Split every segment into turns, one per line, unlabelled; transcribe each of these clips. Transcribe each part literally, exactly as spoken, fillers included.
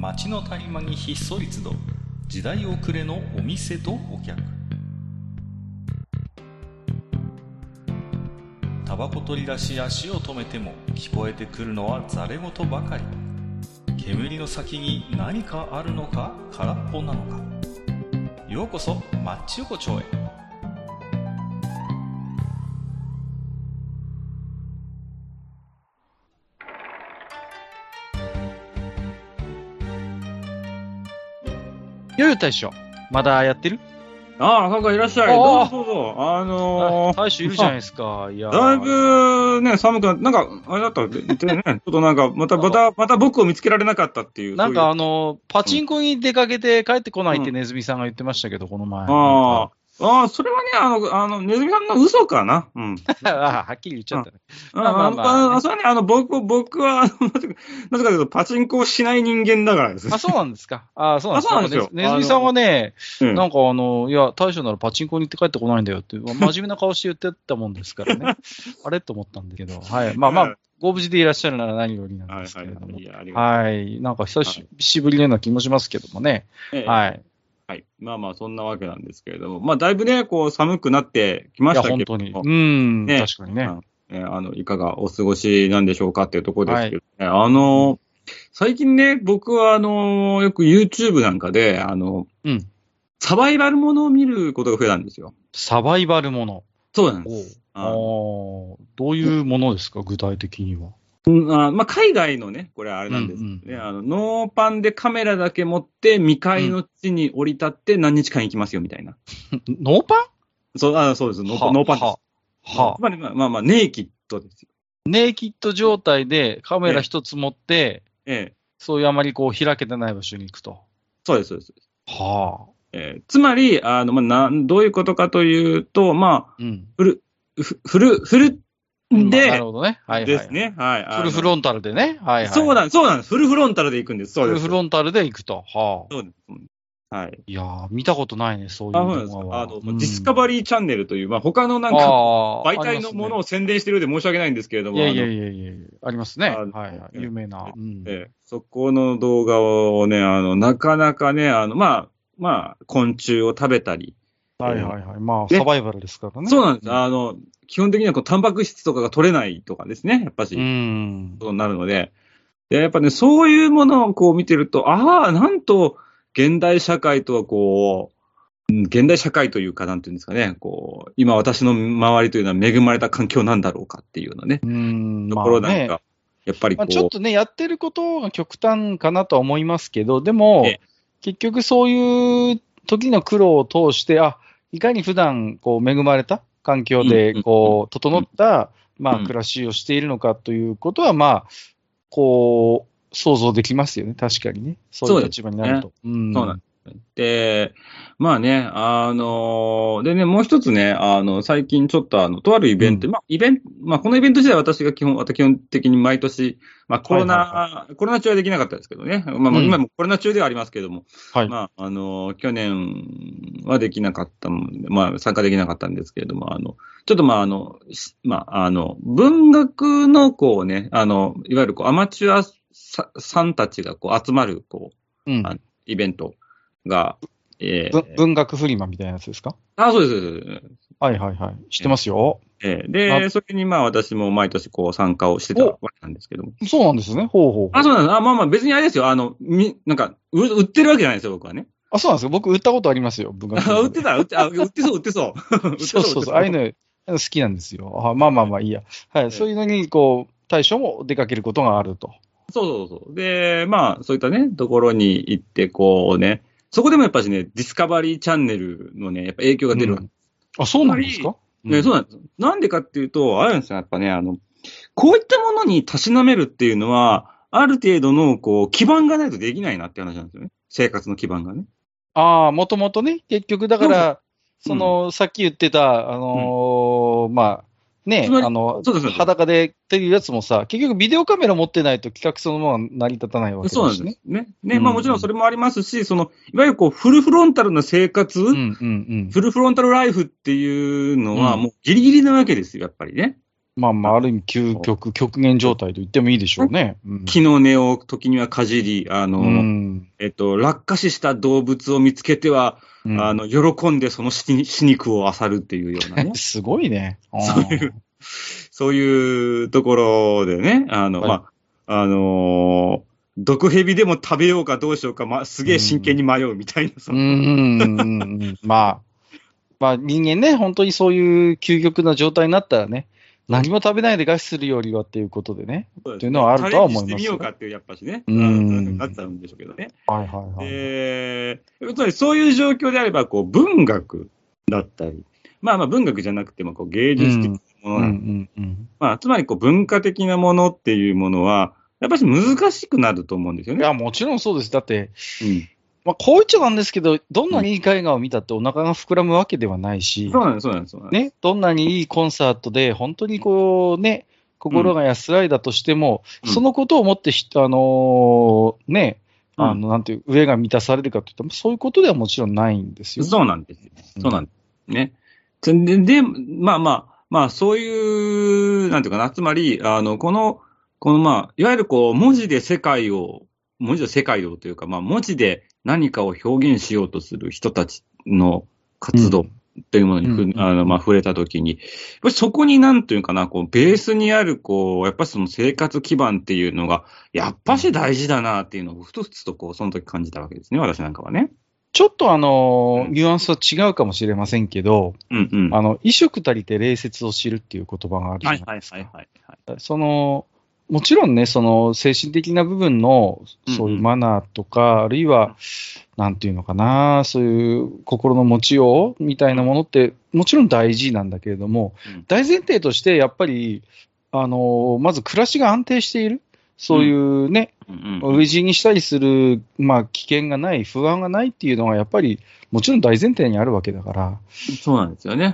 街の谷間にひっそり集う時代遅れのお店とお客。タバコ取り出し足を止めても聞こえてくるのはざれ言ばかり。煙の先に何かあるのか空っぽなのか。ようこそマッチ横丁へ。
よよ大将、まだやってる？
ああ、なんかいらっしゃい。どうぞどうぞ。あのー、
大将いるじゃないですか。いや
だいぶね、寒くなって、なんか、あれだったってね、ちょっとなんか、また、また、また僕を見つけられなかったっていう。
なんかあのー、パチンコに出かけて帰ってこないってネズミさんが言ってましたけど、この前。
ああ。ああ、それはね、あの、あの、ネズミさんの嘘かな。うん。
ああ、はっきり言っちゃったね。
まあまあまあ。あ、それはね、あの、僕、僕は、あの、なぜか、なぜかというと、パチンコをしない人間だからですね。
あ、そうなんですか。あ、そうなんですか。
そうなんですよ。
ネズミさんはね、
うん、
なんかあの、いや、大将ならパチンコに行って帰ってこないんだよって、真面目な顔して言ってたもんですからね。あれと思ったんだけど、はい。まあまあ、ご無事でいらっしゃるなら何よりなんですけれども。はいはい、はい。なんか久しぶりのような気もしますけどもね。はい。はい
はい。まあまあ、そんなわけなんですけれども。まあ、だいぶね、こう、寒くなってきましたけども。
いや、本当に。うん、ね、確かにね。
えあの、いかがお過ごしなんでしょうかっていうところですけどね。はい、あの、最近ね、僕は、あの、よく YouTube なんかで、あの、うん、サバイバルものを見ることが増えたんですよ。
サバイバルもの。
そうなんです。
ああ、どういうものですか、具体的には。
うんあまあ、海外のね、これはあれなんですけどね、うんうん、あの、ノーパンでカメラだけ持って未開の地に降り立って何日間行きますよみたいな。
ノーパン？
そう、あそうです。ノーパン、ノーパンです。ははつまり、まあまあ、まあ、ネイキッドですよ。
ネイキッド状態でカメラ一つ持って、ええ、そういうあまりこう開けてない場所に行くと。
そうです、そうです。
はあ。
えー、つまり、あの、まあ、なん、どういうことかというと、まあ、うん、フル、フル、フル、で、まあ、
なるほどね。はい、はい。
ですね。はい。
フルフロンタルでね。はい、はい。
そうなんです。そうなんです。フルフロンタルで行くんです。そうです。
フルフロンタルで行くと。は
あ。そうです。はい。
いやー、見たことないね、そういう動画は。
あの、うん、ディスカバリーチャンネルという、まあ、他のなんか、媒体のものを宣伝してるようで申し訳ないんですけれども。
いやいやいやいやありますね。はいはい。有名な。
ええええ。そこの動画をね、あの、なかなかね、あの、まあ、まあ、昆虫を食べたり。
はいはいはい。まあ、サバイバルですからね。
そうなんです。あの、基本的にはこう、タンパク質とかが取れないとかですね、やっぱし。うん。ことになるので。で、やっぱね、そういうものをこう見てると、ああ、なんと、現代社会とはこう、現代社会というか、なんていうんですかね、こう、今私の周りというのは恵まれた環境なんだろうかっていうようなね。うん。ところなんか、まあね、やっぱりこう、
まあ、ちょっとね、やってることが極端かなとは思いますけど、でも、ええ、結局そういう時の苦労を通して、あ、いかに普段こう恵まれた環境でこう整ったまあ暮らしをしているのかということはまあこう想像できますよね、確かにね。そういう立場になると。
そうなんです。で、まあね、あの、でね、もう一つね、あの、最近ちょっとあの、とあるイベント、うん、まあ、イベント、まあ、このイベント自体は私が基本、基本的に毎年、まあ、コロナ、はいはいはい、コロナ中はできなかったですけどね。まあ、まあ、今もコロナ中ではありますけども、うん、まあ、あの、去年はできなかったもんで、まあ、参加できなかったんですけれども、あの、ちょっとまあ、あの、まあ、あの、文学のこうね、あの、いわゆるこう、アマチュアさ、さんたちがこう、集まる、こう、うん、あのイベントが、
えー、文学フリマみたいなやつですか？
あ、そうです。
はいはいはい。知ってますよ。
えー、で、それにまあ私も毎年こう参加をしてたわけなんですけども。
そうなんですね。ほうほうほう。
あ、そうなんです。あ、まあまあ別にあれですよ。あの、み、なんか、う売ってるわけじゃないですよ、僕はね。
あ、そうなんですよ。僕売ったことありますよ、文学フリマ。
あ、売ってた、売って、あ、売ってそう、売ってそう。売って
そうそうそう。ああいうの好きなんですよ。あ、まあまあまあいいや。はい。えー、そういうのに、こう、対象も出かけることがあると。
そうそうそう。で、まあ、そういったね、ところに行って、こうね、そこでもやっぱしね、ディスカバリーチャンネルのね、やっぱ影響が出るわけ、うん。
あ、そうなんですか？
ね、うん、そうなんです。なんでかっていうと、あるんですよ、やっぱね、あの、こういったものにたしなめるっていうのは、ある程度の、こう、基盤がないとできないなって話なんですよね。生活の基盤がね。
ああ、もともとね、結局だから、その、うん、さっき言ってた、あのーうん、まあ、ね、あの、裸でっていうやつもさ、結局ビデオカメラ持ってないと企画そのものは成り立たないわけですね。
そうなんですね。ね、まあもちろんそれもありますし、その、いわゆるこう、フルフロンタルな生活、うんうんうん、フルフロンタルライフっていうのはもうギリギリなわけですよ、やっぱりね。
まあまあ、ある意味究極、極限状態と言ってもいいでしょうね。
うん、木の根を時にはかじり、あの、うん、えっと、落下死した動物を見つけては、うん、あの、喜んでその死肉を漁るっていうようなね。
すごいね。
そういう、そういうところでね、あの、はい、まあ、あのー、毒蛇でも食べようかどうしようか、まあ、すげえ真剣に迷うみたいな。
うん、うんうん、まあ、まあ人間ね、本当にそういう究極な状態になったらね、何も食べないで餓死するよりはっていうことでね、
そうですね
っていうのはあるとは思いますよ。
チャレンジしてみようかっていう、やっぱしね、
うん、
なっちゃうんでしょうけどね。
はいはいはい。
で、つまりそういう状況であれば、こう、文学だったり、まあまあ文学じゃなくても、こう、芸術的なものなん、うんうんうん、まあ、つまりこう、文化的なものっていうものは、やっぱり難しくなると思うんですよね。
いや、もちろんそうです。だって、うんまあ、こう言っちゃなんですけど、どんなにいい絵画を見たってお腹が膨らむわけではないし、
うん、そうなんです、そうなんです。
ね、どんなにいいコンサートで、本当にこうね、心が安らいだとしても、うん、そのことをもって、あのー、ね、あの、なんていう、上が満たされるかといっても、そういうことではもちろんないんですよ。
そうなんですよ。そうなんですね。うん、で、で、まあまあ、まあ、そういう、なんていうかな、つまり、あの、この、このまあ、いわゆるこう、文字で世界を、文字で世界をというか、まあ、文字で何かを表現しようとする人たちの活動というものにふ、うん、あの、まあ、触れたときに、やっぱりそこになんというかな、こう、ベースにある、こう、やっぱりその生活基盤っていうのが、やっぱし大事だなっていうのを、ふつふつとこう、その時感じたわけですね、私なんかはね。
ちょっとあの、ニュアンスは違うかもしれませんけど、
うんうん、
あの、衣食足りて礼節を知るっていう言葉があるじゃないですか。はいはいはい、はい。その、もちろんね、その精神的な部分の、そういうマナーとか、うんうん、あるいは、なんていうのかな、そういう心の持ちようみたいなものって、もちろん大事なんだけれども、うん、大前提として、やっぱり、あの、まず暮らしが安定している。そういうね、飢え死にしたりする、まあ、危険がない、不安がないっていうのは、やっぱり、もちろん大前提にあるわけだから。
そうなんですよね。
うん。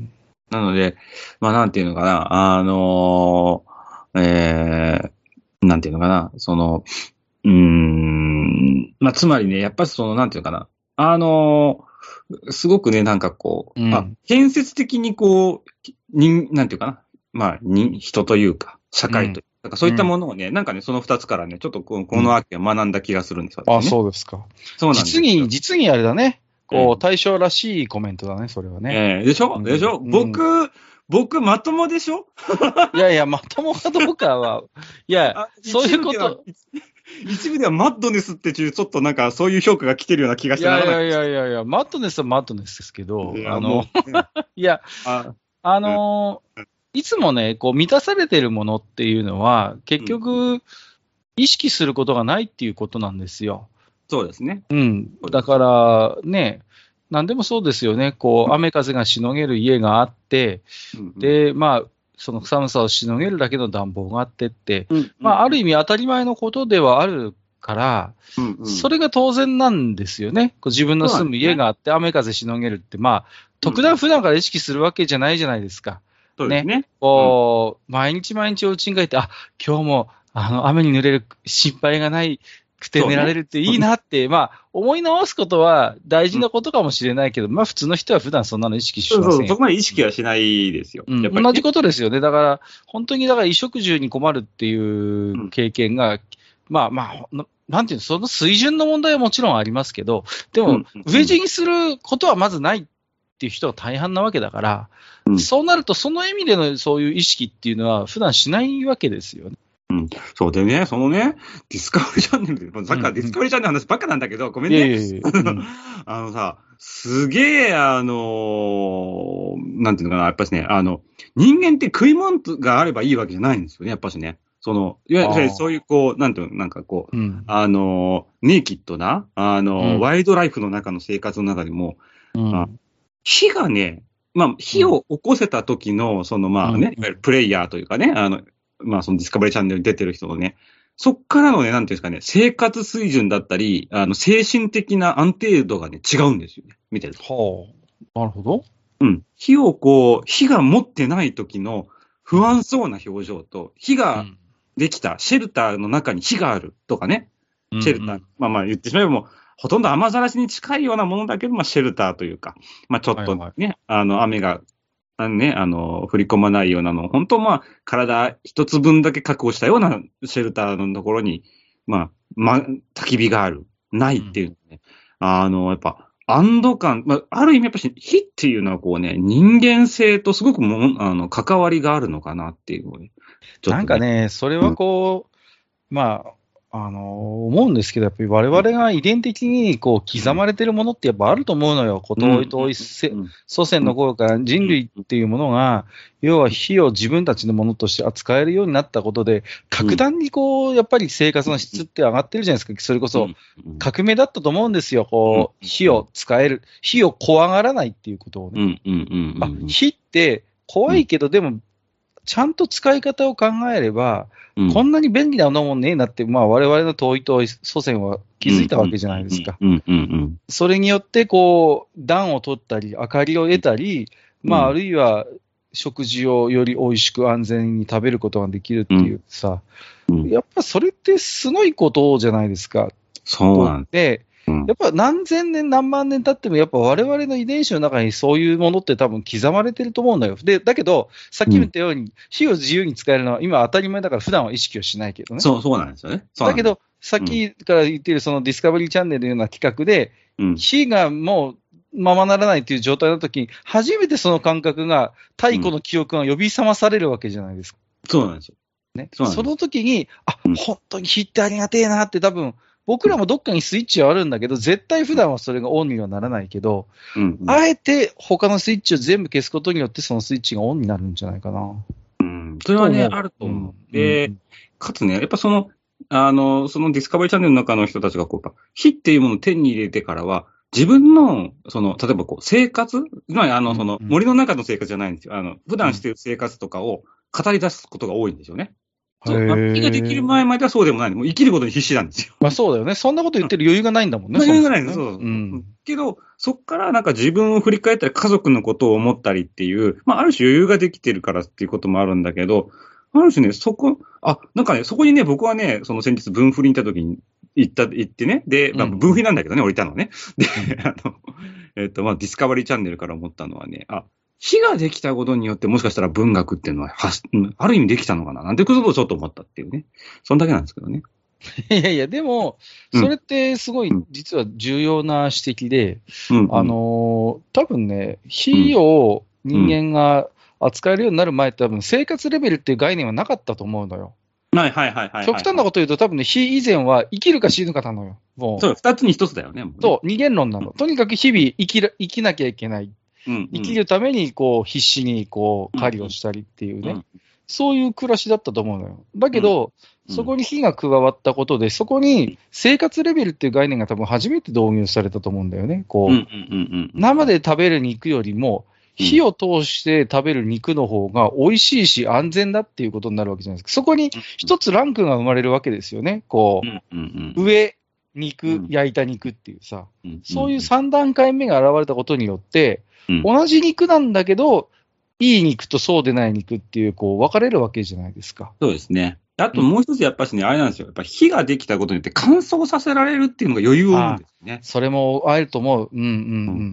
なので、まあ、なんていうのかな、あのー、えー、なんていうのかな、その、うーん、まあ、つまりね、やっぱりその、なんていうのかな、あのー、すごくね、なんかこう、うん、あ建設的にこう、人、なんていうかな、まあ、に人というか、社会というか、うん、なんかそういったものをね、うん、なんかね、その二つからね、ちょっとこの秋は学んだ気がするんですよ、ね、
あ、そうですか。
そうなんです。
実に、実にあれだね。こう、対象らしいコメントだね、それはね。
ええー、でしょ、うん、でしょ、うん、僕、僕、まともでしょ
いやいや、まともかどうかは、いや、そういうこと。
一部ではマッドネスっていう、ちょっとなんかそういう評価が来てるような気がしてならない。
いやいやいやいや、マッドネスはマッドネスですけど、あの、いや、あ, あの、うん、いつもね、こう満たされてるものっていうのは、結局、意識することがないっていうことなんですよ。
そうですね。
うん。だから、ね、何でもそうですよね。こう、雨風がしのげる家があって、うんうん、で、まあ、その寒さをしのげるだけの暖房があってって、うんうん、まあ、ある意味当たり前のことではあるから、うんうん、それが当然なんですよね。こう自分の住む家があって、雨風しのげるって、まあ、特段普段から意識するわけじゃないじゃないですか。
そうですね。
こう、毎日毎日お家に帰って、あ、今日も、あの、雨に濡れる心配がないくて寝られるっていいなって、ね、まあ、思い直すことは大事なことかもしれないけど、うん、まあ、普通の人は普段そんなの意識しません。
そうそう、そこまで意識はしないですよ。
うん、やっぱりね、同じことですよね。だから、本当にだから衣食住に困るっていう経験が、うん、まあまあ、なんていうの、その水準の問題はもちろんありますけど、でも、飢え死にすることはまずないっていう人が大半なわけだから、うん、そうなると、その意味でのそういう意識っていうのは、普段しないわけですよね。
うん。そうでね、そのね、ディスカバリーチャンネルで、さっきからディスカバリーチャンネルの話ばっかなんだけど、ごめんね。いやいやいやうん、あのさ、すげえ、あのー、なんていうのかな、やっぱしね、あの、人間って食い物があればいいわけじゃないんですよね、やっぱしね。その、いわゆるそういう、こう、なんていうの、なんかこう、うん、あの、ネイキッドな、あの、うん、ワイルドライフの中の生活の中でも、うん、あ火がね、まあ、火を起こせた時の、その、まあね、いわゆるプレイヤーというかね、あの、まあ、そのディスカバリーチャンネルに出てる人のね、そっからのね、なんていうんですかね、生活水準だったり、あの、精神的な安定度がね、違うんですよね、見てると。
はあ、なるほど。
うん。火をこう、火が持ってない時の不安そうな表情と、火ができた、シェルターの中に火があるとかね、シェルター、うんうん、まあまあ言ってしまえばもう、ほとんど雨ざらしに近いようなものだけど、まあシェルターというか、まあちょっとね、はいはい、あの、雨があのね、あの、振り込まないようなの、本当まあ、体一つ分だけ確保したようなシェルターのところに、まあ、ま、焚き火がある、ないっていうね、うん、あの、やっぱ、安堵感、まあ、ある意味やっぱし、火っていうのはこうね、人間性とすごくも、あの、関わりがあるのかなっていうのね。
ちょっとねなんかね、それはこう、うん、まあ、あの、思うんですけど、やっぱり我々が遺伝的にこう刻まれてるものってやっぱあると思うのよ。古遠い遠い祖先の頃から人類っていうものが、要は火を自分たちのものとして扱えるようになったことで、格段にこう、やっぱり生活の質って上がってるじゃないですか。それこそ革命だったと思うんですよ。こう、火を使える。火を怖がらないっていうことをね。あ、火って怖いけど、でも、ちゃんと使い方を考えれば、うん、こんなに便利なもんねえなって、まあ、我々の遠い遠い祖先は気づいたわけじゃないですか。それによって、こう、暖を取ったり、明かりを得たり、まあ、あるいは食事をより美味しく安全に食べることができるっていうさ、うんうん、やっぱそれってすごいことじゃないですか。
そうなん
で、やっぱ何千年何万年経ってもやっぱ我々の遺伝子の中にそういうものって多分刻まれてると思うんだよ。で、だけど、さっきも言ったように、火を自由に使えるのは今当たり前だから普段は意識をしないけどね。
そう、そうなんですよね。
だけど、さっきから言っているそのディスカバリーチャンネルのような企画で、うん、火がもうままならないという状態の時に、初めてその感覚が、太古の記憶が呼び覚まされるわけじゃないですか。
そうなんですよ。
ね。そ, その時に、あ、うん、本当に火ってありがてえなって多分、僕らもどっかにスイッチはあるんだけど、絶対普段はそれがオンにはならないけど、うんうん、あえて他のスイッチを全部消すことによってそのスイッチがオンになるんじゃないかな。
うん、それはね、あると思う。うん、で、かつね、やっぱその、あの、そのディスカバリーチャンネルの中の人たちがこう、火っていうものを手に入れてからは、自分の、その、例えばこう、生活、まあ、あの、その、森の中の生活じゃないんですよ。あの、普段している生活とかを語り出すことが多いんですよね。そう、まあ、火ができる前まではそうでもない。もう生きることに必死なんですよ。
まあそうだよね。そんなこと言ってる余裕がないんだもんね。
余裕がないんです、そう。うん。けど、そっからなんか自分を振り返ったり家族のことを思ったりっていう、まあある種余裕ができてるからっていうこともあるんだけど、ある種ね、そこ、あ、なんかね、そこにね、僕はね、その先日分振りに行った時に行った、行ってね、で、まあ分振りなんだけどね、降りたのね。で、あの、えっと、まあディスカバリーチャンネルから思ったのはね、あ、火ができたことによってもしかしたら文学っていうのははある意味できたのかななんてことをちょっと思ったっていうね。そんだけなんですけどね。
いやいや、でも、それってすごい実は重要な指摘で、うん、あの、多分ね、火を人間が扱えるようになる前って多分生活レベルっていう概念はなかったと思うのよ。
はいはいはいはい。
極端なこと言うと多分ね、火以前は生きるか死ぬかなのよ。もう。
そう、二つに一つだよね。
もうねそう、二元論なの。とにかく日々生きる、生きなきゃいけない。うんうん、生きるためにこう必死にこう狩りをしたりっていうね、うんうん、そういう暮らしだったと思うのよ。だけど、うん、そこに火が加わったことで、そこに生活レベルっていう概念が多分初めて導入されたと思うんだよね。こう、うんうんうん、生で食べる肉よりも、火を通して食べる肉の方が美味しいし安全だっていうことになるわけじゃないですか。そこに一つランクが生まれるわけですよね。こう、うんうんうん、上、肉、焼いた肉っていうさ、うんうんうん、そういうさん段階目が現れたことによって、うん、同じ肉なんだけど、いい肉とそうでない肉っていう、こう、分かれるわけじゃないですか。
そうですね。あともう一つやっぱしね、あれなんですよ。やっぱ火ができたことによって乾燥させられるっていうのが余裕を生むんですね。
それもあると思う。うんうんうん。うん、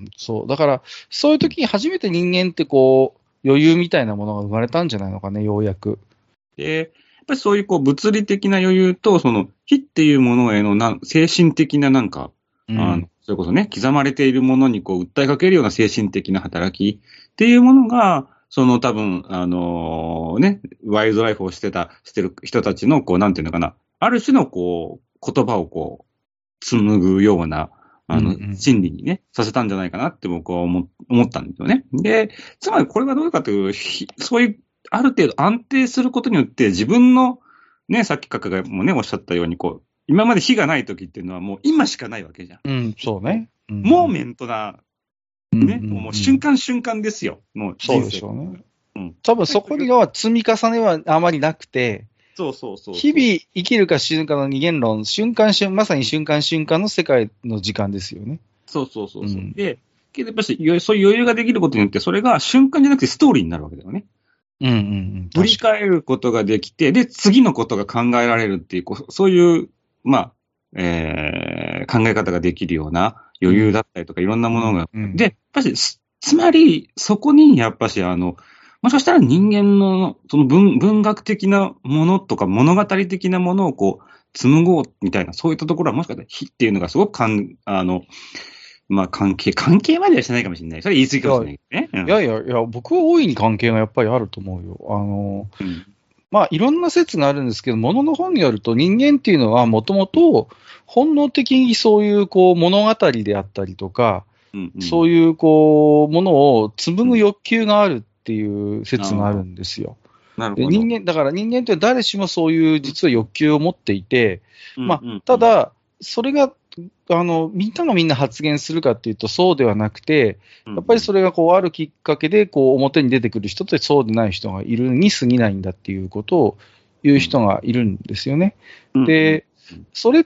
そう。だから、そういう時に初めて人間ってこう、余裕みたいなものが生まれたんじゃないのかね、ようやく。
で、やっぱりそういうこう、物理的な余裕と、その、火っていうものへのな精神的ななんか、うん、あのそれこそね、刻まれているものにこう訴えかけるような精神的な働きっていうものが、その多分、あのー、ね、ワイルドライフをしてた、してる人たちの、こう、なんていうのかな、ある種のこう、言葉をこう、紡ぐような、あの、うんうん、心理にね、させたんじゃないかなって僕は思、思ったんですよね。で、つまりこれがどういうかという、そういう、ある程度安定することによって、自分の、ね、さっきカカがもね、おっしゃったように、こう、今まで火がない時っていうのはもう今しかないわけじゃん。
うん、そうね。
うん、モーメントな、ね、うんうんうん、もう瞬間瞬間ですよ。もう
そうでしょうね。うん。多分そこには積み重ねはあまりなくて、
そうそうそうそう。
日々生きるか死ぬかの二元論、瞬間瞬、まさに瞬間瞬間の世界の時間ですよね。
そうそうそうそう、うん。で、けどやっぱりそういう余裕ができることによって、それが瞬間じゃなくてストーリーになるわけだよね。
うんうんうん。
振り返ることができて、で、次のことが考えられるっていう、こうそういう、まあ、えー、考え方ができるような余裕だったりとかいろんなものが、うんうん、で、やっぱりつまり、そこにやっぱし、あの、もしかしたら人間の、その文、文学的なものとか物語的なものをこう、紡ごうみたいな、そういったところはもしかしたら火っていうのがすごくかん、あの、まあ関係、関係まではしてないかもしれない。それ言い過ぎかもしれないけどね。うん、
いやいやいや、僕は大いに関係がやっぱりあると思うよ。あの、うん、まあいろんな説があるんですけど、ものの本によると人間っていうのはもともと本能的にそういうこう物語であったりとか、うんうん、そういうこうものを紡ぐ欲求があるっていう説があるんですよ。
なるほど。
で人間、だから人間って誰しもそういう実は欲求を持っていて、まあ、ただ、それが、あの、みんながみんな発言するかっていうとそうではなくて、やっぱりそれがこう、あるきっかけで、こう、表に出てくる人とそうでない人がいるに過ぎないんだっていうことを言う人がいるんですよね。で、それって、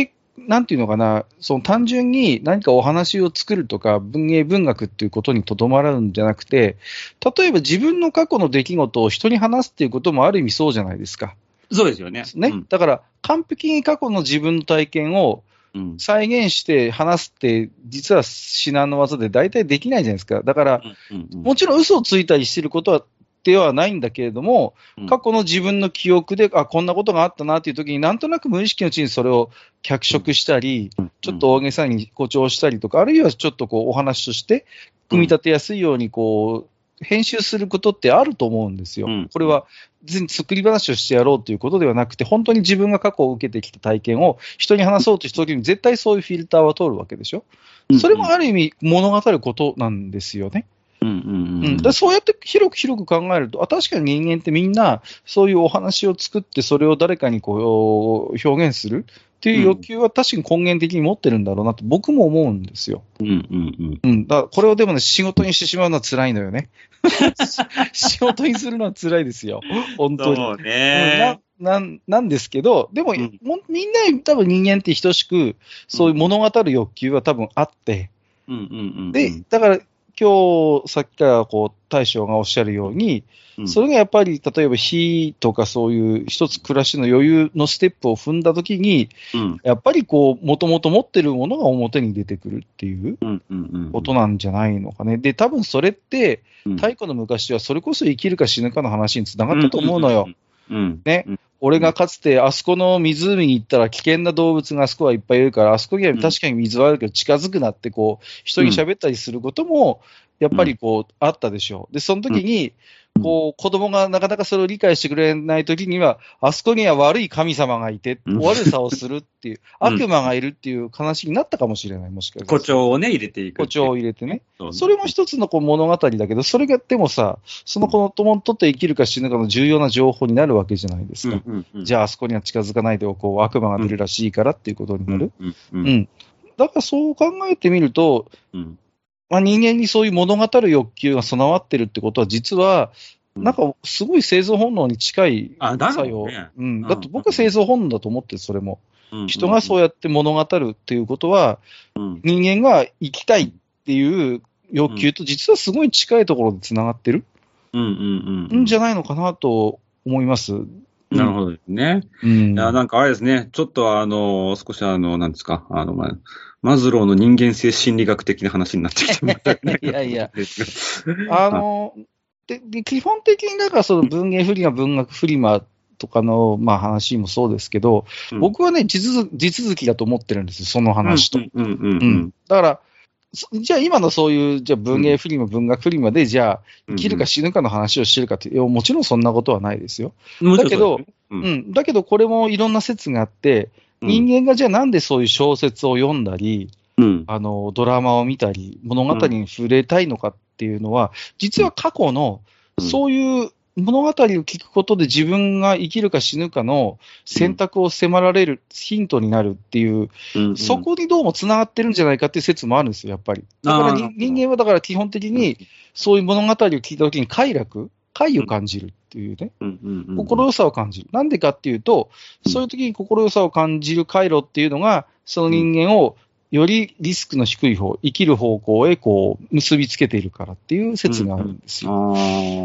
なんていうのかな、その単純に何かお話を作るとか、文芸文学っていうことにとどまらんじゃなくて、例えば自分の過去の出来事を人に話すっていうこともある意味そうじゃないですか。
そうですよね。
ね。うん、だから、完璧に過去の自分の体験を再現して話すって、実は至難の技で大体できないじゃないですか。だから、もちろん嘘をついたりしてることは、ではないんだけれども、過去の自分の記憶で、あ、こんなことがあったなっていう時に、なんとなく無意識のうちにそれを脚色したり、ちょっと大げさに誇張したりとか、あるいはちょっとこうお話として組み立てやすいようにこう、編集することってあると思うんですよ。これは別に作り話をしてやろうということではなくて、本当に自分が過去を受けてきた体験を人に話そうとした時に絶対そういうフィルターは通るわけでしょ。それもある意味物語ることなんですよね。うんうんうん、だそうやって広く広く考えると、あ、確かに人間ってみんなそういうお話を作ってそれを誰かにこう表現するっていう欲求は確かに根源的に持ってるんだろうなと僕も思うんですよ。うんうんうんうん、だこれをでもね、仕事にしてしまうのは辛いのよね。仕事にするのは辛いですよ。本当に。そうね、うん、な, な, なんですけど、でも、うん、もみんな多分人間って等しくそういう物語る欲求は多分あって、うんうんうんうん、で、だから今日さっきからこう大将がおっしゃるように、うん、それがやっぱり例えば火とかそういう一つ暮らしの余裕のステップを踏んだときに、うん、やっぱりこうもともと持ってるものが表に出てくるっていうことなんじゃないのかね。で、多分それって太古の昔はそれこそ生きるか死ぬかの話につながったと思うのよ。ね、うん、俺がかつてあそこの湖に行ったら危険な動物があそこはいっぱいいるから、あそこには確かに水はあるけど近づくなってこう人に喋ったりすることもやっぱりこうあったでしょう。で、その時にこう子供がなかなかそれを理解してくれない時には、あそこには悪い神様がいて悪さをするっていう悪魔がいるっていう話になったかもしれない。もしかしたら
誇張をね入れていく。
誇張を入れてね。それも一つのこう物語だけど、それがでもさ、その子供にとって生きるか死ぬかの重要な情報になるわけじゃないですか。うんうんうん、じゃああそこには近づかないでおこう、悪魔が出るらしいからっていうことになる。うんうんうんうん、だからそう考えてみると、うんまあ、人間にそういう物語る欲求が備わってるってことは、実は、なんかすごい生存本能に近い作用。ねうん、だって僕は生存本能だと思ってる、それも。うん、人がそうやって物語るっていうことは、うん、人間が生きたいっていう欲求と実はすごい近いところでつながってる、うんうんうん、んじゃないのかなと思います。
なるほどですね。うん、いやなんかあれですね、ちょっとあの、少しあの、なんですか、あの、まあ、マズローの人間性心理学的な話になってきてましたね。
いやいや。あの、でで基本的にだからその文芸フリマ、文学フリマとかの、まあ、話もそうですけど、うん、僕はね地続、地続きだと思ってるんですよ、その話と。だから、じゃあ今のそういう、じゃあ文芸フリマ、うん、文学フリマで、じゃあ生きるか死ぬかの話をしてるかって、もちろんそんなことはないですよ。だけど、うんうん、だけどこれもいろんな説があって、人間がじゃあなんでそういう小説を読んだり、うん、あのドラマを見たり、物語に触れたいのかっていうのは、実は過去のそういう物語を聞くことで自分が生きるか死ぬかの選択を迫られるヒントになるっていう、うんうん、そこにどうもつながってるんじゃないかっていう説もあるんですよ、やっぱり。だから人間はだから基本的にそういう物語を聞いたときに快楽、快を感じるっていうね、うんうんうんうん、心よさを感じる。なんでかっていうと、そういうときに心よさを感じる回路っていうのが、その人間をよりリスクの低い方、生きる方向へこう結びつけているからっていう説があるんですよ。
うんうん、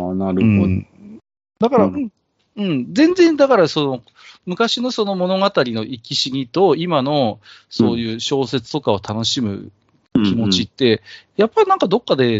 ああ、なるほど。うん、
だから、うん、うん、全然だからその、昔のその物語の生き死にと今のそういう小説とかを楽しむ気持ちって、うんうん、やっぱりなんかどっかで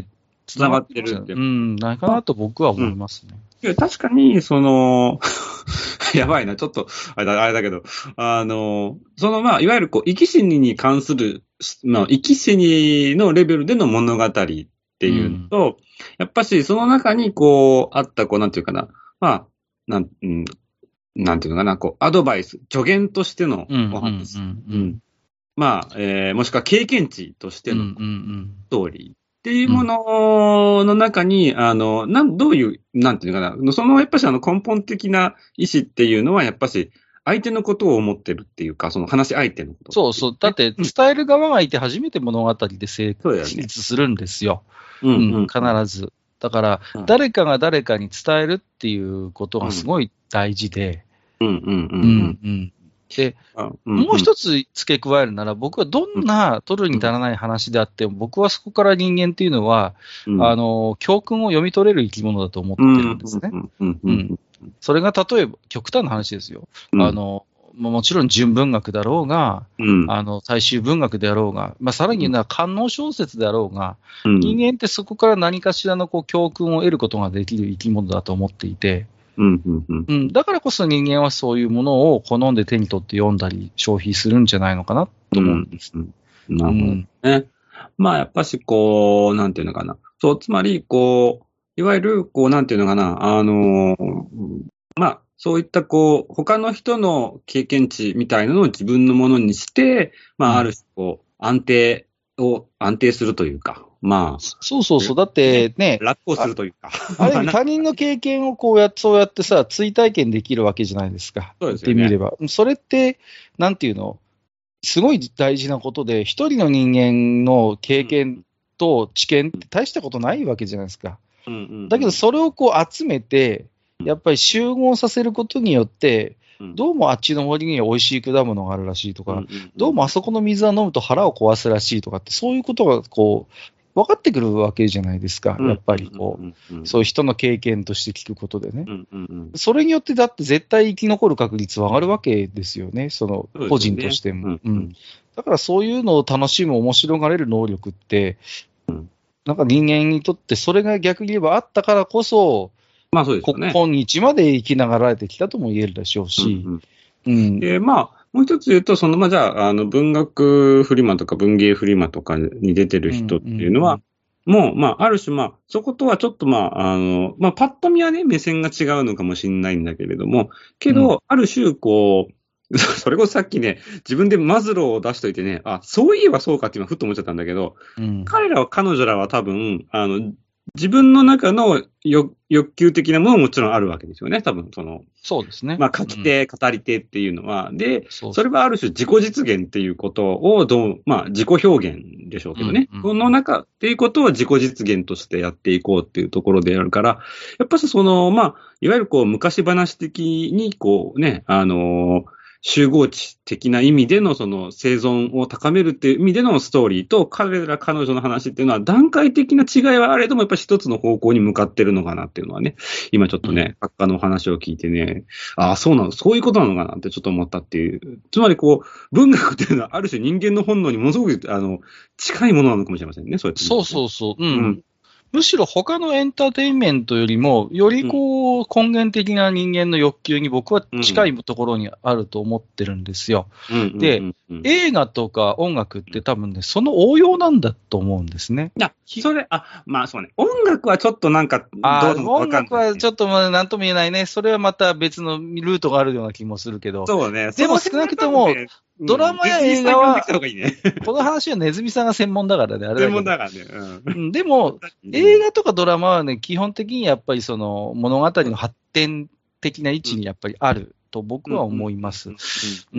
繋がってるって。
うん、ないかなと僕は思いますね。
うん、いや確かに、その、やばいな、ちょっと、あれだ、あれだけど、あの、その、まあ、いわゆる、こう、生き死にに関する、まあ、生き死にのレベルでの物語っていうのと、うん、やっぱし、その中に、こう、あった、こう、なんていうかな、まあ、なん、うん、なんていうのかな、こう、アドバイス、助言としてのお話。うんうんうんうん、まあ、えー、もしくは経験値としてのストーリー。っていうものの中に、あの、なん、どういう、なんていうのかな、その、やっぱしあの根本的な意思っていうのは、やっぱし、相手のことを思ってるっていうか、その話し相手のこと。
そうそう。だって、伝える側がいて初めて物語で成立するんですよ。うん、うん、必ず。だから、うん、誰かが誰かに伝えるっていうことがすごい大事で、
うん、うん、うん、うん。うん
で、うんうん、もう一つ付け加えるなら、僕はどんな取るに足らない話であっても、うん、僕はそこから人間っていうのは、うん、あの、教訓を読み取れる生き物だと思ってるんですね。それが例えば、極端な話ですよ。うん、あの、もちろん純文学だろうが、うん、あの、大衆文学であろうが、まあ、さらに言うのは官能小説であろうが、うん、人間ってそこから何かしらのこう教訓を得ることができる生き物だと思っていて、うんうんうんうん、だからこそ人間はそういうものを好んで手に取って読んだり消費するんじゃないのかなと思うんです。うん
うん、なるほどね。うん、まあやっぱしこう、なんていうのかな。そう、つまりこう、いわゆるこう、なんていうのかな。あの、まあそういったこう、他の人の経験値みたいなのを自分のものにして、まあある種こう、安定を、安定するというか。まあ。
そうそうそう。だってね。
楽をするというか。
ある意味他人の経験をこうやって、そうやってさ、追体験できるわけじゃないですか。
そうですよね。
言ってみれば。それって、なんていうの、すごい大事なことで、一人の人間の経験と知見って大したことないわけじゃないですか。うんうんうん、だけどそれをこう集めて、やっぱり集合させることによって、どうもあっちの森には美味しい果物があるらしいとか、うんうんうん、どうもあそこの水は飲むと腹を壊すらしいとかって、そういうことがこう、分かってくるわけじゃないですか。やっぱりこう、うんうんうん、そういう人の経験として聞くことでね、うんうんうん。それによってだって絶対生き残る確率は上がるわけですよね。その個人としても。うんうん、だからそういうのを楽しむ、面白がれる能力って、うん、なんか人間にとってそれが逆に言えばあったからこそ、
まあそうですね。
今日まで生きながられてきたとも言えるでしょうし。
うんうんうん、でまあもう一つ言うと、その、まあ、じゃあ、あの、文学フリマとか文芸フリマとかに出てる人っていうのは、うんうんうん、もう、まあ、ある種、まあ、そことはちょっと、まあ、あの、まあ、パッと見はね、目線が違うのかもしれないんだけれども、けど、うん、ある種、こう、それこそさっきね、自分でマズローを出しといてね、あ、そういえばそうかって今、ふっと思っちゃったんだけど、うん、彼らは、彼女らは多分、あの、自分の中の欲求的なものももちろんあるわけですよね、多分その。
そうですね。
まあ、書き手、うん、語り手っていうのは。でそ、それはある種自己実現っていうことをどう、まあ、自己表現でしょうけどね。うんうん、その中っていうことを自己実現としてやっていこうっていうところであるから、やっぱりその、まあ、いわゆるこう、昔話的に、こうね、あのー、集合値的な意味でのその生存を高めるっていう意味でのストーリーと彼ら彼女の話っていうのは段階的な違いはあれどもやっぱり一つの方向に向かってるのかなっていうのはね、今ちょっとね、作家の話を聞いてね、ああ、そうなの、そういうことなのかなってちょっと思ったっていう。つまりこう、文学っていうのはある種人間の本能にものすごくあの近いものなのかもしれませんね、そうやって、ね。
そうそうそう。うん。うんむしろ他のエンターテインメントよりも、よりこう、根源的な人間の欲求に僕は近いところにあると思ってるんですよ。で、映画とか音楽って多分ね、その応用なんだと思うんですね。
いや、それ、あ、まあそうね。音楽はちょっとなんか、どう
も音楽はちょっとまあなんとも言えないね。それはまた別のルートがあるような気もするけど。
そうね。
でも少なくとも、ドラマや映画は、この話はネズミさんが専門だからね、あれだけど。
専門だからね。
うん。でも、映画とかドラマはね、基本的にやっぱりその物語の発展的な位置にやっぱりあると僕は思います。うん。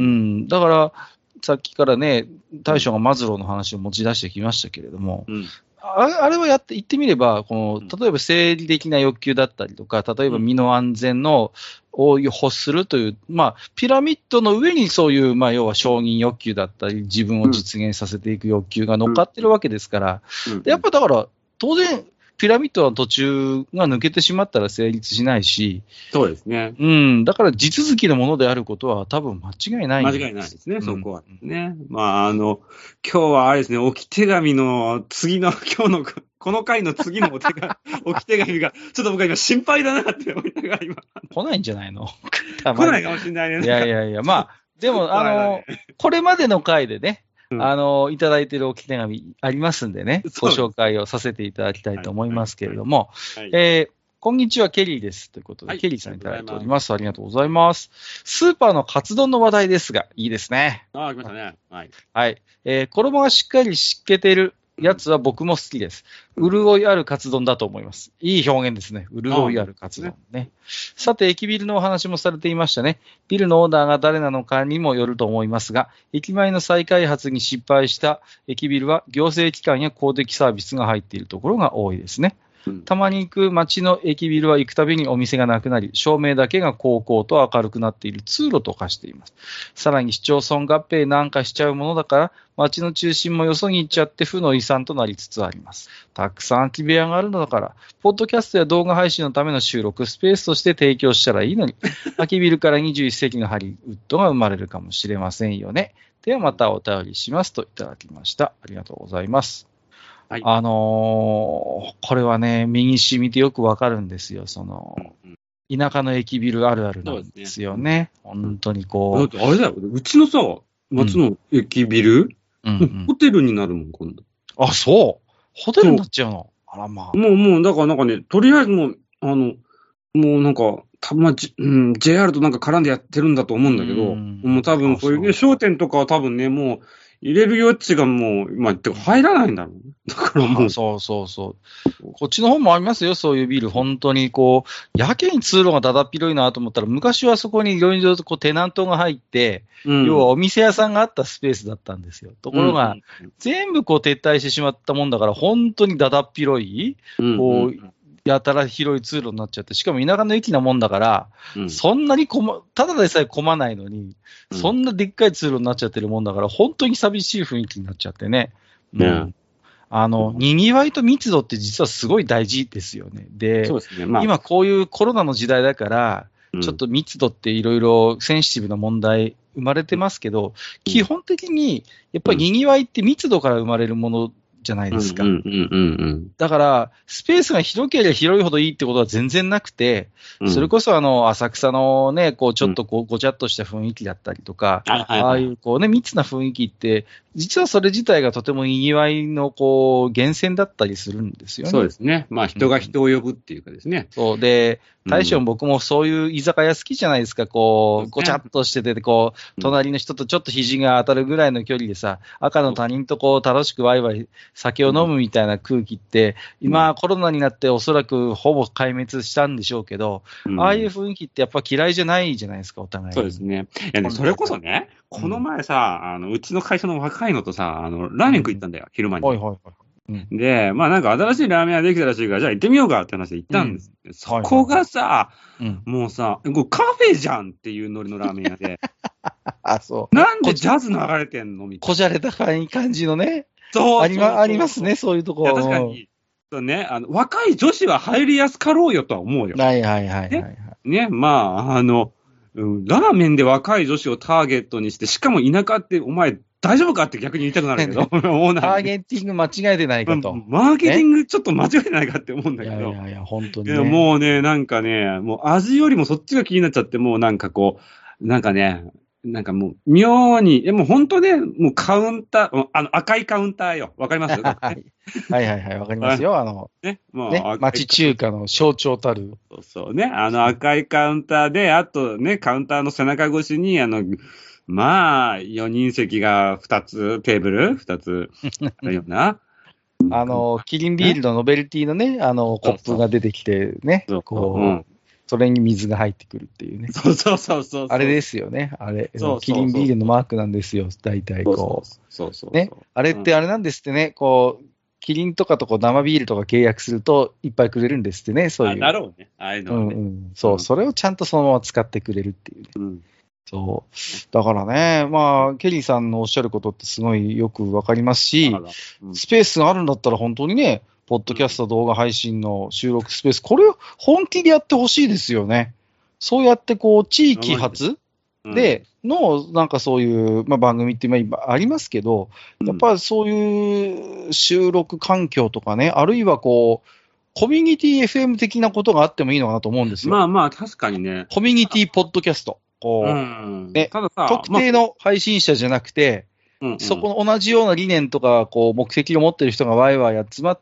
だから、さっきからね、大将がマズローの話を持ち出してきましたけれども、うんあれ、あれはやって、言ってみれば、この、例えば生理的な欲求だったりとか、例えば身の安全の、を欲するという、まあ、ピラミッドの上にそういう、まあ、要は承認欲求だったり、自分を実現させていく欲求が乗っかってるわけですから、でやっぱだから、当然、 ピラミッドの途中が抜けてしまったら成立しないし、
そうですね。
うん、だから地続きのものであることは多分間違いない。
間違いないですね、うん、そこはね。まあ、あの、今日はあれですね、置き手紙の次の、今日の、この回の次のお手紙、置き手紙が、ちょっと僕は今心配だなって思いながら今。
来ないんじゃないの
来ないかもしれないね。
いやいやいや、まあ、でも、あの、これまでの回でね、うん、あの、いただいている置き手紙ありますんでね、ご紹介をさせていただきたいと思いますけれども、はいはいはい、えー、こんにちは、ケリーです。ということで、はい、ケリーさんいただいております。ありがとうございます。スーパーのカツ丼の話題ですが、いいですね。
ああ、来ましたね。はい。
はい。えー、衣がしっかり湿気てるやつは僕も好きです。潤いあるカツ丼だと思います。いい表現ですね。潤いあるカツ丼ね。ねさて、駅ビルのお話もされていましたね。ビルのオーナーが誰なのかにもよると思いますが、駅前の再開発に失敗した駅ビルは行政機関や公的サービスが入っているところが多いですね。たまに行く街の駅ビルは行くたびにお店がなくなり、照明だけが高々と明るくなっている通路と化しています。さらに市町村合併なんかしちゃうものだから、街の中心もよそに行っちゃって負の遺産となりつつあります。たくさん空き部屋があるのだから、ポッドキャストや動画配信のための収録スペースとして提供したらいいのに、空きビルからにじゅういっ世紀のハリウッドが生まれるかもしれませんよね。ではまたお便りしますといただきました。ありがとうございます。はい、あのー、これはね、身に染みてよくわかるんですよ。その、うんうん、田舎の駅ビルあるあるなんですよね。本当にこう。
だってあれだよ、うちのさ、町の駅ビル、うんうん、ホテルになるもん、今度。
あ、そう。ホテルになっちゃうの。あらまあ。
もう、もう、だからなんかね、とりあえずもう、あの、もうなんか、たま、うん、ジェイアール となんか絡んでやってるんだと思うんだけど、うん、もう多分そういうね、商店とかは多分ね、もう、入れる余地がもう、まあ、入らないんだろうね。だからもう。
そうそうそう。こっちの方もありますよ、そういうビル。本当にこう、やけに通路がだだっ広いなと思ったら、昔はそこにいろいろとこうテナントが入って、うん、要はお店屋さんがあったスペースだったんですよ。ところが、うん、全部こう撤退してしまったもんだから、本当にだだっ広い、うん、こう、やたら広い通路になっちゃって、しかも田舎の駅なもんだから、うん、そんなにこま、ただでさえ混まないのに、うん、そんなでっかい通路になっちゃってるもんだから、本当に寂しい雰囲気になっちゃってね。うん。あの、賑わいと密度って実はすごい大事ですよね。で、そうですね、まあ、今こういうコロナの時代だから、うん、ちょっと密度っていろいろセンシティブな問題生まれてますけど、うん、基本的にやっぱり賑わいって密度から生まれるものじゃないですか。だから、スペースが広ければ広いほどいいってことは全然なくて、うん、それこそあの、浅草のね、こう、ちょっとこう、ごちゃっとした雰囲気だったりとか、うん、ああいうこうね、密な雰囲気って、実はそれ自体がとても賑わいのこう、源泉だったりするんですよね。
そうですね。まあ、人が人を呼ぶっていうかですね。
うん、そう。で、大将僕もそういう居酒屋好きじゃないですか、こう、ごちゃっとしてて、こう、隣の人とちょっと肘が当たるぐらいの距離でさ、赤の他人とこう、楽しくワイワイ酒を飲むみたいな空気って、今コロナになっておそらくほぼ壊滅したんでしょうけど、うん、ああいう雰囲気ってやっぱ嫌いじゃないじゃないですか、お互いに。
そうですね。いやね、それこそね、この前さ、あの、うちの会社の若いのとさ、あの、ラーメン食い行ったんだよ、うん、昼間に。はいはいはい。うん、で、まあなんか新しいラーメン屋できたらしいから、じゃあ行ってみようかって話で行ったんです。うん、そこがさ、はいはいはい、もうさ、これカフェじゃんっていうノリのラーメン屋で。
あ、そう。
なんでジャズ流れてんのみたいな。
こじゃれた感じのね。そうありま。ありますね、そういうところ。
確かに。そうね、あの、若い女子は入りやすかろうよとは思うよ。
はいはいはいはい、はい
ね。ね、まあ、あの、うん、ラーメンで若い女子をターゲットにして、しかも田舎ってお前大丈夫かって逆に言いたくなるけど、タ
ーゲティング間違えてないかと。
マーケティングちょっと間違えてないかって思うんだけど。い
やいやいや、本当に、ね。
もうね、なんかね、もう味よりもそっちが気になっちゃって、もうなんかこう、なんかね、なんかもう、妙に、でも本当ね、もうカウンター、あの赤いカウンターよ。わかります
はいはいはいはい、わかりますよ。あの、ね、もう、ね、町中華の象徴たる。
そうそうね、あの赤いカウンターで、あとね、カウンターの背中越しに、あの、まあ、よにん席がふたつ、テーブルふたつあるよな。
あの、キリンビールのノベルティのね、あの、コップが出てきてね、そうそうこう、うん、それに水が入ってくるっていうね。
そうそうそうそう。
あれですよね。あれ。そうそうそうキリンビールのマークなんですよ。大体こう。そうそうそう。ね。あれってあれなんですってね。こう、キリンとかとこう生ビールとか契約するといっぱいくれるんですってね。そういう。あ、
だろうね。ああいうのはね。
うんうん。そう、それをちゃんとそのまま使ってくれるっていうね。うん。そう。だからね、まあ、ケリーさんのおっしゃることってすごいよくわかりますし、うん、スペースがあるんだったら本当にね、 ポッドキャスト動画配信の収録スペース、これを本気でやってほしいですよね。そうやってこう、地域発での、なんかそういう、まあ、番組って今ありますけど、やっぱりそういう収録環境とかね、あるいはこう、コミュニティ エフエム 的なことがあってもいいのかなと思うんですよ。
まあまあ、確かにね。
コミュニティポッドキャスト。こう、うん、ね、たださ、特定の配信者じゃなくて、まあ、そこの同じような理念とか、こう、目的を持ってる人がワイワイ集まって、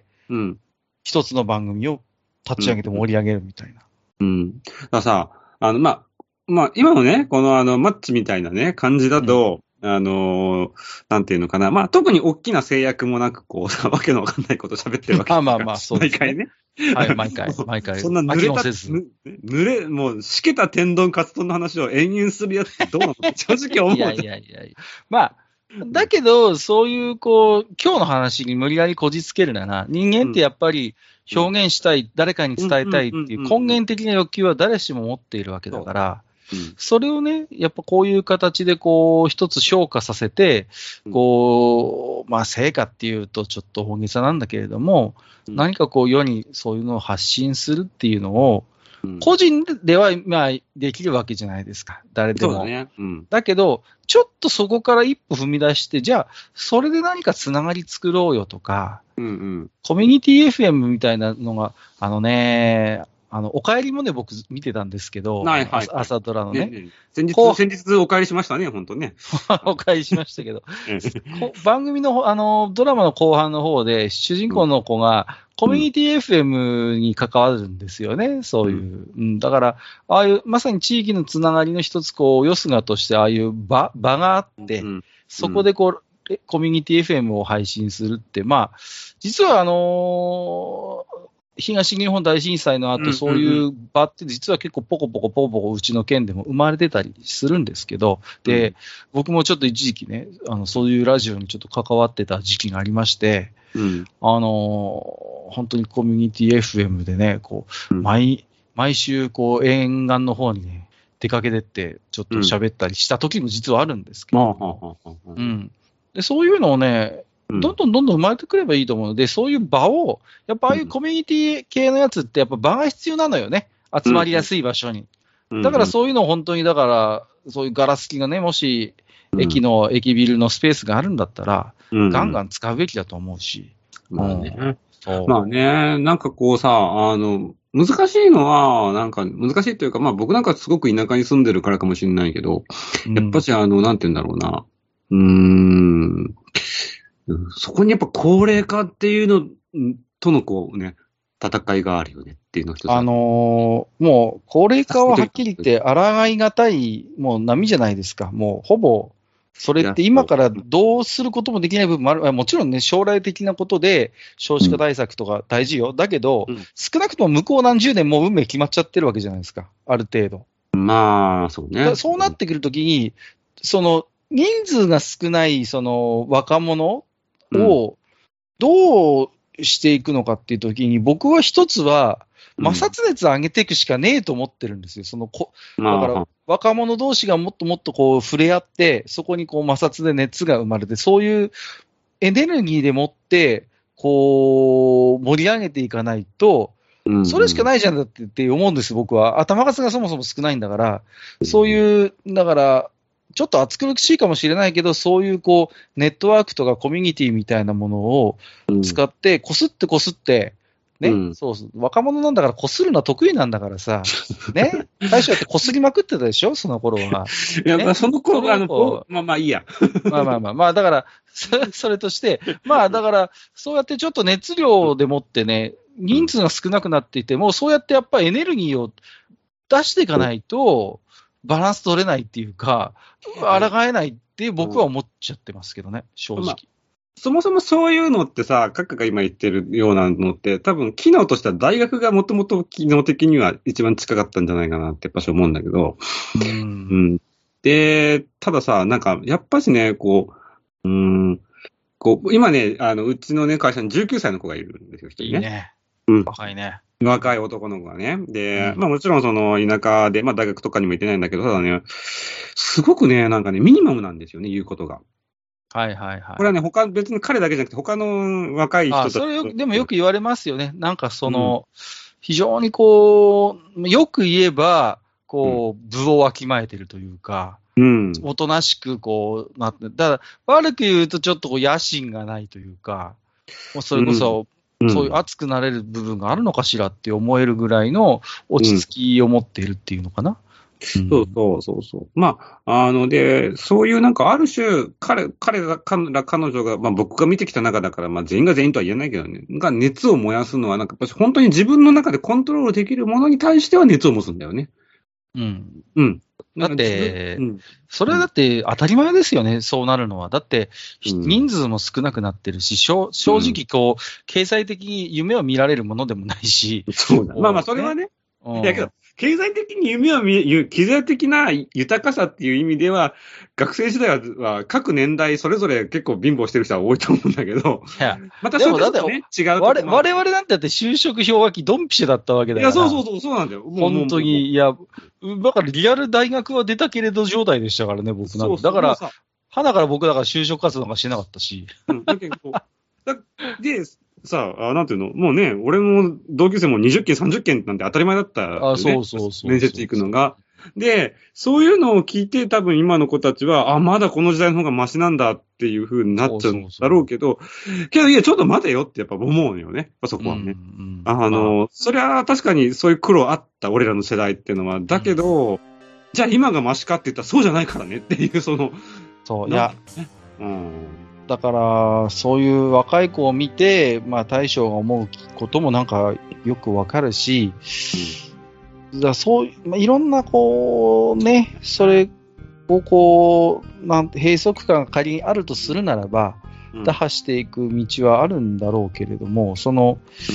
うん、一つの番組を立ち上げて盛り上げるみたいな。
うん。うん、だからさ、あの、まあ、まあ、今のね、このあの、マッチみたいなね、感じだと、うん、あのー、なんていうのかな。まあ、特に大きな制約もなく、こう、さ、わけのわかんないこと喋ってるわけですから。
まあまあまあ、そうですね。
毎回ね。
はい、毎回、毎回。
そんな濡れた、濡れ、もう、しけた天丼カツ丼の話を延々するやつってどうなの正直思う。
いやいやいやいや。まあ、だけど、そういう、こう、今日の話に無理やりこじつけるなら、人間ってやっぱり表現したい、うん、誰かに伝えたいっていう根源的な欲求は誰しも持っているわけだから、うん、それをね、やっぱこういう形でこう、一つ消化させて、こう、まあ、成果っていうとちょっと大げさなんだけれども、うん、何かこう、世にそういうのを発信するっていうのを、個人では、まあ、できるわけじゃないですか。誰でも。
そうだね。うん。
だけど、ちょっとそこから一歩踏み出して、じゃあ、それで何かつながり作ろうよとか、うんうん、コミュニティ エフエム みたいなのが、あのね、あの、お帰りもね、僕見てたんですけど、はいはいはい、朝ドラのね。ねね
先日、先日お帰りしましたね、本当ね。
お帰りしましたけど、番組の、あの、ドラマの後半の方で、主人公の子が、コミュニティ エフエム に関わるんですよね、うん、そういう、うん。だから、ああいう、まさに地域のつながりの一つ、こう、よすがとして、ああいう場、場があって、うん、そこでこう、コミュニティ エフエム を配信するって、まあ、実はあのー、東日本大震災の後、そういう場って実は結構ポコポコポコポコうちの県でも生まれてたりするんですけど、で、僕もちょっと一時期ね、あの、そういうラジオにちょっと関わってた時期がありまして、うん、あの、本当にコミュニティ エフエム でね、こう、毎、毎週こう沿岸の方にね、出かけてってちょっと喋ったりした時も実はあるんですけど、うん。で、そういうのをね、どんどんどんどん生まれてくればいいと思うので、そういう場を、やっぱああいうコミュニティ系のやつってやっぱ場が必要なのよね。集まりやすい場所に。だからそういうのを本当に、だから、そういうガラス機がね、もし駅の、駅ビルのスペースがあるんだったら、ガンガン使うべきだと思うし。
まあね。まあね、なんかこうさ、あの、難しいのは、なんか難しいというか、まあ僕なんかすごく田舎に住んでるからかもしれないけど、やっぱしあの、なんて言うんだろうな。うーん。そこにやっぱ高齢化っていうのとのこうね、戦いがあるよねっていうの一つ。
あのー、もう高齢化ははっきり言って抗いがたいもう波じゃないですか。もうほぼ、それって今からどうすることもできない部分もある。もちろんね、将来的なことで少子化対策とか大事よ。うん、だけど、うん、少なくとも向こう何十年もう運命決まっちゃってるわけじゃないですか。ある程度。
まあ、そうね。
そうなってくるときに、その人数が少ないその若者をどうしていくのかっていうときに、僕は一つは摩擦熱上げていくしかねえと思ってるんですよ。そのこだから若者同士がもっともっとこう触れ合って、そこにこう摩擦で熱が生まれて、そういうエネルギーでもってこう盛り上げていかないと、それしかないじゃんだってって思うんです、僕は。頭数がそもそも少ないんだから、そういう、だから、ちょっと暑苦しいかもしれないけど、そういうこう、ネットワークとかコミュニティみたいなものを使って、こすってこすって、ね、うん、そうそう、若者なんだからこするのは得意なんだからさ、ね、最初だってこすりまくってたでしょ、その頃は。
いや、ね、まあその頃は、あの、まあまあいいや。
まあまあまあ、まあだから、それとして、まあだから、そうやってちょっと熱量でもってね、人数が少なくなっていても、そうやってやっぱりエネルギーを出していかないと、バランス取れないっていうか、抗えないって僕は思っちゃってますけどね、正直。まあ、
そもそもそういうのってさ、閣下が今言ってるようなのって、多分機能としては大学がもともと機能的には一番近かったんじゃないかなってやっぱし思うんだけど。うん、うん。で、たださ、なんか、やっぱしね、こう、うん、こう、今ね、あの、うちのね、会社にじゅうきゅうさいの子がいるんですよ、一人ね。いいね。うん。
若いね。
若い男の子がね。で、うん、まあもちろんその田舎で、まあ大学とかにも行ってないんだけど、ただね、すごくね、なんかね、ミニマムなんですよね、言うことが。
はいはいはい。
これはね、他、別に彼だけじゃなくて、他の若い人たち。
あ、それよく、でもよく言われますよね。なんかその、うん、非常にこう、よく言えば、こう、部をわきまえてるというか、うん、おとなしくこう、なって、だから悪く言うとちょっとこう野心がないというか、もうそれこそ、うん、そういう熱くなれる部分があるのかしらって思えるぐらいの落ち着きを持っているっていうのかな。うん
そうそうそうそう。まあ、あの、で、そういうなんかある種、彼、彼ら、彼ら、彼女が、まあ僕が見てきた中だから、まあ全員が全員とは言えないけどね、が熱を燃やすのは、なんか本当に自分の中でコントロールできるものに対しては熱を持つんだよね。
うん。
うん。
だって、うん、それはだって当たり前ですよね、うん、そうなるのは。だって、人数も少なくなってるし、正直こう、経済的に夢を見られるものでもないし。
そうだ。まあまあ、それはね。ねだけど、経済的に夢を見、経済的な豊かさっていう意味では、学生時代は各年代それぞれ結構貧乏してる人は多いと思うんだけど、
いや
またそれとね、違うと
我。我々なんてだって就職氷河期ドンピシャだったわけだから。
いや、そうそうそう、そうなんだよ。
本当に、いや、だからリアル大学は出たけれど状態でしたからね、僕なんて。そうそうだから、花から僕だから就職活動なんかしてなかったし。
うん、だけどだで、さあ、なんていうのもうね、俺も同級生もにじゅっけん、さんじゅっけんなんて当たり前だった、ね。
あ、そうそうそう。
面接行くのが。で、そういうのを聞いて多分今の子たちは、あ、まだこの時代の方がマシなんだっていう風になっちゃうんだろうけど、そうそうそうけどいや、ちょっと待てよってやっぱ思うのよね。そこはね。うんうん、あの、まあ、それは確かにそういう苦労あった俺らの世代っていうのは、だけど、うん、じゃあ今がマシかって言ったらそうじゃないからねっていう、その、
そう、いや、うん。だから、そういう若い子を見て、まあ、大将が思うこともなんかよくわかるし、うん、だそう、まあ、いろんなこう、ね、それをこう、なんて閉塞感が仮にあるとするならば、うん、打破していく道はあるんだろうけれども、その、うん、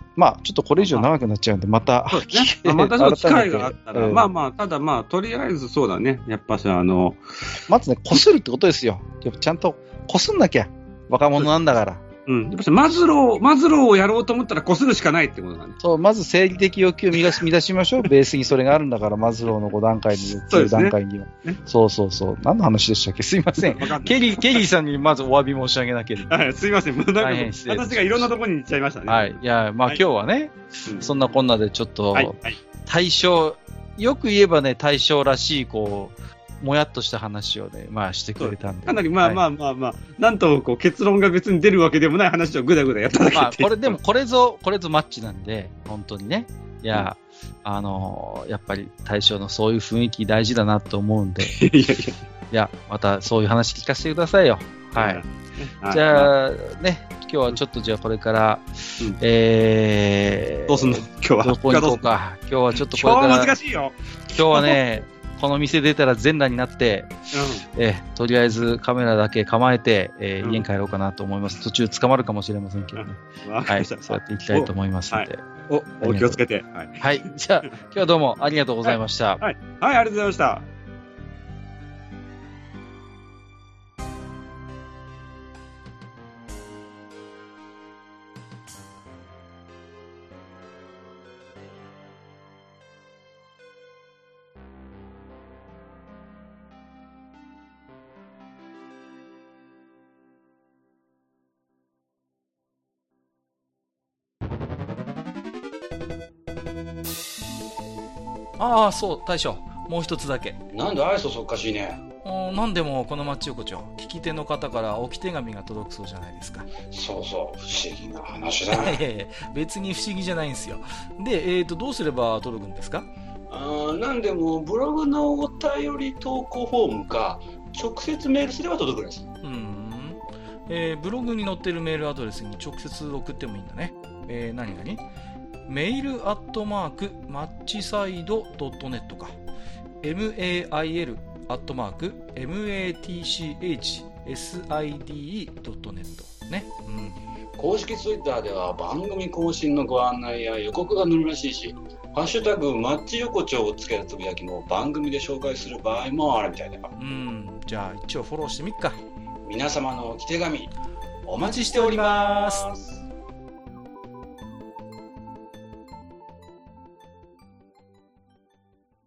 まあ、ちょっとこれ以上長くなっちゃうんで、また、
ね、またちょっと機会があったら、まあまあ、ただまあ、とりあえずそうだね、やっぱしあの、
まずね、こするってことですよ。ちゃんとこすんなきゃ。若者なんだから。
うん。マズロー、マズローをやろうと思ったらこするしかないってことだね。
そう、まず生理的欲求を乱し、乱しましょう。ベースにそれがあるんだから、マズローのご段階に、欲求段階には。そう、ね、そうそうそう。何の話でしたっけすいません。ケリー、ケリーさんにまずお詫び申し上げなければ。
はい、すいません。大変失礼。私がいろんなところに行っちゃいましたね。
はい。いや、まあ、はい、今日はね、うん、そんなこんなでちょっと、はいはい、対象、よく言えばね、対象らしい、こう、もやっとした話をね、まあしてくれたんで。
かなりまあまあまあまあ、はい、なんとこう結論が別に出るわけでもない話をぐだぐだやっただけで。まあ
これでもこれぞ、これぞマッチなんで、本当にね。いや、うん、あのー、やっぱり大将のそういう雰囲気大事だなと思うんで。いやいやいや、またそういう話聞かせてくださいよ。はい。うん、じゃあ、ね、今日はちょっとじゃあこれから、うん、えー、
どうすんの今日は。
どこに行こうか。今日はちょっとこれから。
今日は難しいよ。
今日はね、この店出たら全裸になって、うん、えとりあえずカメラだけ構えて、えーうん、家に帰ろうかなと思います。途中捕まるかもしれませんけどね。うん、はい、そうやっていきたいと思いますので。
お、はい、お、お気をつけて。
はい。はい、じゃあ、今日はどうもありがとうございました。
はい、はい、はい、ありがとうございました。
ああ、そう、大将。もう一つだけ。
なんで愛想そっかしいね。
なんでもこの町横丁、聞き手の方から置き手紙が届くそうじゃないですか。
そうそう、不思議な話だね。
いやいや、別に不思議じゃないんですよ。で、えーと、どうすれば届くんですか？
あなんでも、ブログのお便り投稿フォームか、直接メールすれば届くらしい。
うん。えー、ブログに載ってるメールアドレスに直接送ってもいいんだね。えー、何々メイルアットマークマッチサイドドットネットか メール アットマーク マッチサイド ドットネットね、うん、
公式ツイッターでは番組更新のご案内や予告が載るらしいし、ハッシュタグマッチ横丁をつけるつぶやきも番組で紹介する場合もあるみたいだよ。
うん、じゃあ一応フォローしてみっか。
皆様のお手紙
お待ちしております。